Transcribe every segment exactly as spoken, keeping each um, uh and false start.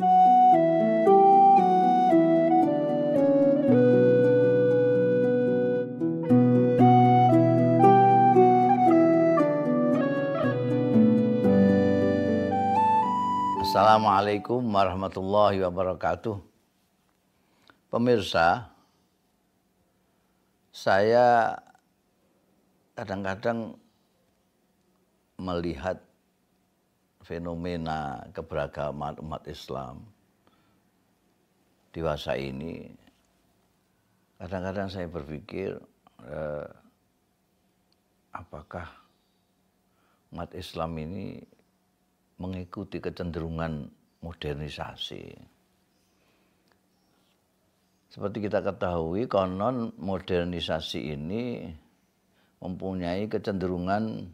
Assalamualaikum warahmatullahi wabarakatuh. Pemirsa, saya kadang-kadang melihat fenomena keberagaman umat Islam dewasa ini. Kadang-kadang saya berpikir, eh, apakah umat Islam ini mengikuti kecenderungan modernisasi. Seperti kita ketahui, konon modernisasi ini mempunyai kecenderungan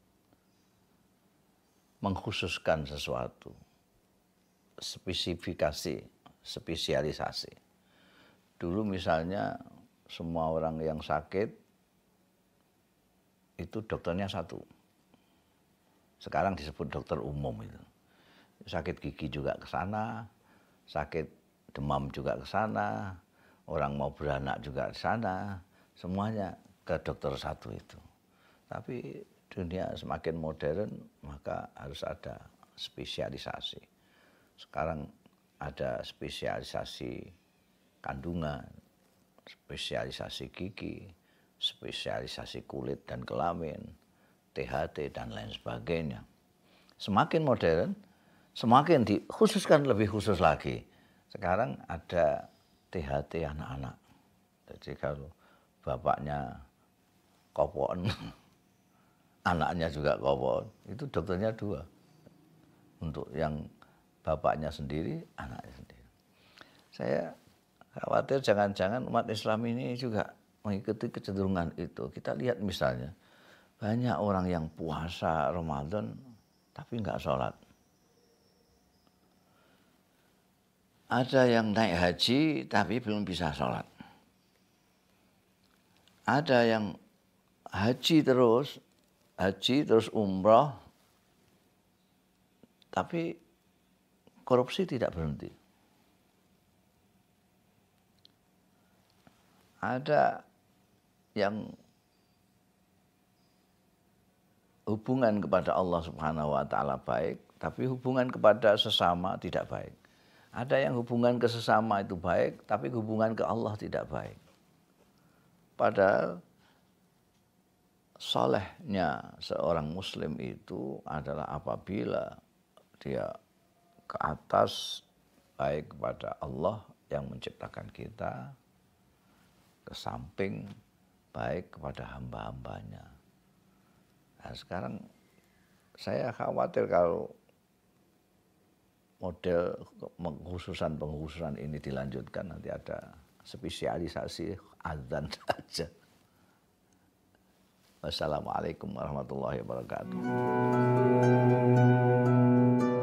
mengkhususkan sesuatu, spesifikasi, spesialisasi. Dulu misalnya semua orang yang sakit itu dokternya satu. Sekarang disebut dokter umum itu. Sakit gigi juga ke sana, sakit demam juga ke sana, orang mau beranak juga ke sana, semuanya ke dokter satu itu. Tapi dunia semakin modern, maka harus ada spesialisasi. Sekarang ada spesialisasi kandungan, spesialisasi gigi, spesialisasi kulit dan kelamin, T H T dan lain sebagainya. Semakin modern, semakin dikhususkan lebih khusus lagi. Sekarang ada T H T anak-anak. Jadi kalau bapaknya kopon, anaknya juga kopon, itu dokternya dua. Untuk yang bapaknya sendiri, anaknya sendiri. Saya khawatir jangan-jangan umat Islam ini juga mengikuti kecenderungan itu. Kita lihat misalnya, banyak orang yang puasa Ramadan tapi nggak sholat. Ada yang naik haji tapi belum bisa sholat. Ada yang haji terus, haji terus umroh, tapi korupsi tidak berhenti. Ada yang hubungan kepada Allah Subhanahu wa taala baik, tapi hubungan kepada sesama tidak baik. Ada yang hubungan ke sesama itu baik, tapi hubungan ke Allah tidak baik. Padahal salehnya seorang muslim itu adalah apabila dia ke atas baik kepada Allah yang menciptakan kita, ke samping baik kepada hamba-hambanya. Nah, sekarang saya khawatir kalau model pengkhususan-pengkhususan ini dilanjutkan, nanti ada spesialisasi azan saja. Wassalamualaikum warahmatullahi wabarakatuh.